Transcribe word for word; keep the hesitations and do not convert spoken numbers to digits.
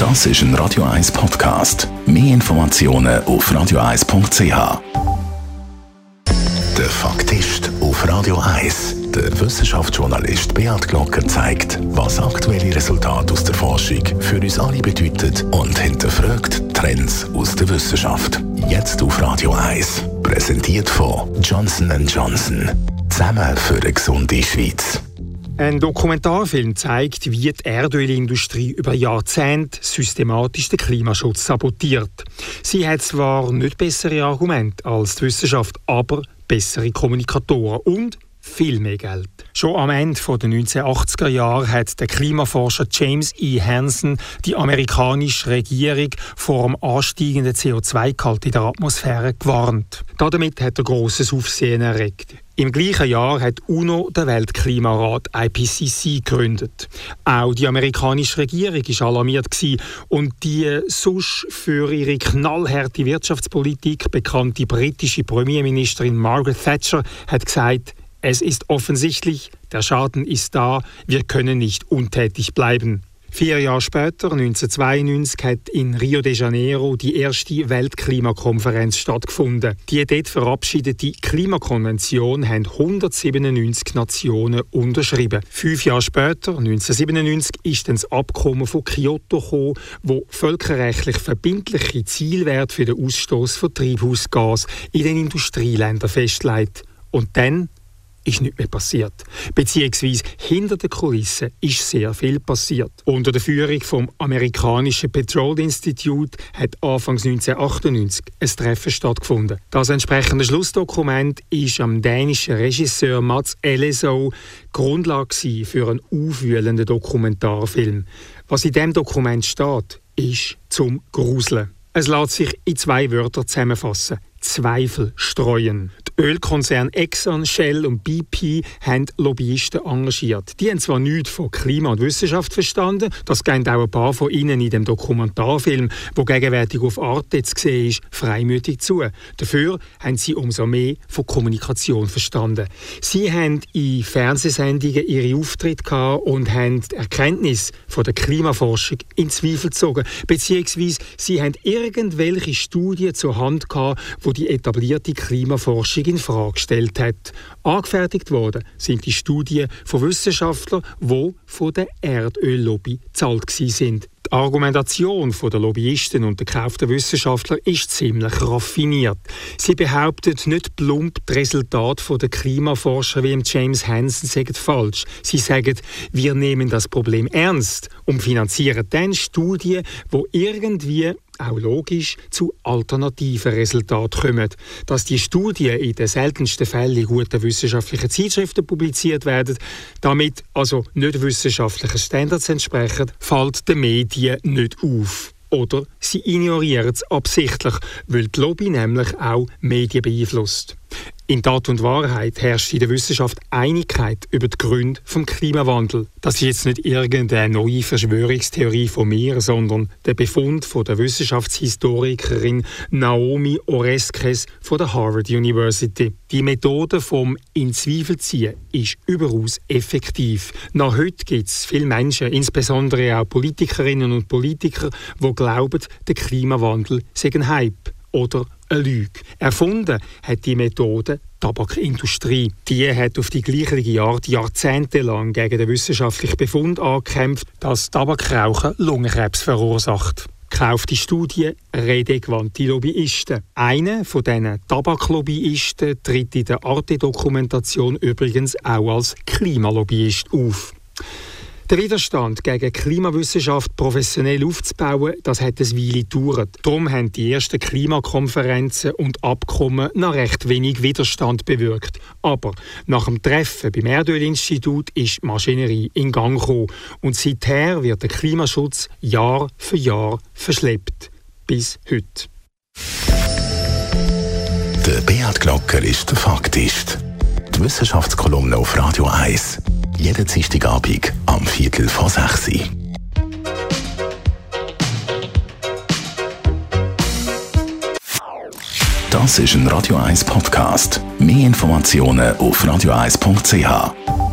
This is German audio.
Das ist ein Radio eins Podcast. Mehr Informationen auf radio eins punkt c h. Der Faktist auf Radio eins. Der Wissenschaftsjournalist Beat Glocker zeigt, was aktuelle Resultate aus der Forschung für uns alle bedeuten und hinterfragt Trends aus der Wissenschaft. Jetzt auf Radio eins. Präsentiert von Johnson and Johnson. Zusammen für eine gesunde Schweiz. Ein Dokumentarfilm zeigt, wie die Erdölindustrie über Jahrzehnte systematisch den Klimaschutz sabotiert. Sie hat zwar nicht bessere Argumente als die Wissenschaft, aber bessere Kommunikatoren und viel mehr Geld. Schon am Ende der neunzehnhundertachtziger Jahre hat der Klimaforscher James E. Hansen die amerikanische Regierung vor dem ansteigenden C O zwei Gehalt in der Atmosphäre gewarnt. Damit hat er grosses Aufsehen erregt. Im gleichen Jahr hat UNO den Weltklimarat I P C C gegründet. Auch die amerikanische Regierung war alarmiert und die sonst für ihre knallharte Wirtschaftspolitik bekannte britische Premierministerin Margaret Thatcher hat gesagt, es ist offensichtlich, der Schaden ist da, wir können nicht untätig bleiben. Vier Jahre später, neunzehnhundertzweiundneunzig, hat in Rio de Janeiro die erste Weltklimakonferenz stattgefunden. Die dort verabschiedete Klimakonvention haben hundertsiebenundneunzig Nationen unterschrieben. Fünf Jahre später, neunzehnhundertsiebenundneunzig, ist dann das Abkommen von Kyoto gekommen, wo völkerrechtlich verbindliche Zielwerte für den Ausstoß von Treibhausgas in den Industrieländern festlegt. Und dann ist nichts mehr passiert. Beziehungsweise hinter den Kulissen ist sehr viel passiert. Unter der Führung vom amerikanischen Petroleum Institute hat Anfangs neunzehnhundertachtundneunzig ein Treffen stattgefunden. Das entsprechende Schlussdokument ist am dänischen Regisseur Mats Eleso Grundlage für einen aufwühlenden Dokumentarfilm. Was in diesem Dokument steht, ist zum Gruseln. Es lässt sich in zwei Wörter zusammenfassen. Zweifel streuen. Die Ölkonzerne Exxon, Shell und B P haben Lobbyisten engagiert. Die haben zwar nichts von Klima und Wissenschaft verstanden, das geben auch ein paar von ihnen in dem Dokumentarfilm, der gegenwärtig auf Arte zu sehen ist, freimütig zu. Dafür haben sie umso mehr von Kommunikation verstanden. Sie haben in Fernsehsendungen ihre Auftritte gehabt und haben die Erkenntnis von der Klimaforschung in Zweifel gezogen, beziehungsweise sie haben irgendwelche Studien zur Hand gehabt, wo die etablierte Klimaforschung in Frage gestellt hat. Angefertigt worden sind die Studien von Wissenschaftlern, die von der Erdöllobby bezahlt sind. Die Argumentation der Lobbyisten und der gekauften Wissenschaftler ist ziemlich raffiniert. Sie behaupten nicht plump, die Resultate der Klimaforscher wie James Hansen seien falsch. Sie sagen, wir nehmen das Problem ernst und finanzieren dann Studien, die irgendwie auch logisch zu alternativen Resultaten kommen. Dass die Studien in den seltensten Fällen in guten wissenschaftlichen Zeitschriften publiziert werden, damit also nicht wissenschaftlichen Standards entsprechen, fällt den Medien nicht auf. Oder sie ignorieren es absichtlich, weil die Lobby nämlich auch Medien beeinflusst. In Tat und Wahrheit herrscht in der Wissenschaft Einigkeit über die Gründe des Klimawandels. Das ist jetzt nicht irgendeine neue Verschwörungstheorie von mir, sondern der Befund von der Wissenschaftshistorikerin Naomi Oreskes von der Harvard University. Die Methode vom in Zweifel ziehen ist überaus effektiv. Nach heute gibt es viele Menschen, insbesondere auch Politikerinnen und Politiker, die glauben, der Klimawandel sei ein Hype oder eine Lüge. Erfunden hat die Methode die Tabakindustrie. Die hat auf die gleiche Art jahrzehntelang gegen den wissenschaftlichen Befund angekämpft, dass Tabakrauchen Lungenkrebs verursacht. Gekaufte Studien, redegewandte Lobbyisten. Einer von diesen Tabaklobbyisten tritt in der Arte-Dokumentation übrigens auch als Klimalobbyist auf. Der Widerstand gegen Klimawissenschaft professionell aufzubauen, das hat eine Weile gedauert. Darum haben die ersten Klimakonferenzen und Abkommen noch recht wenig Widerstand bewirkt. Aber nach dem Treffen beim Erdölinstitut ist die Maschinerie in Gang gekommen. Und seither wird der Klimaschutz Jahr für Jahr verschleppt. Bis heute. Der Beat Glocker ist der Faktist. Die Wissenschaftskolumne auf Radio eins. Jeden Dienstagabend am Viertel vor sechs. Das ist ein Radio eins Podcast. Mehr Informationen auf radio eins punkt c h.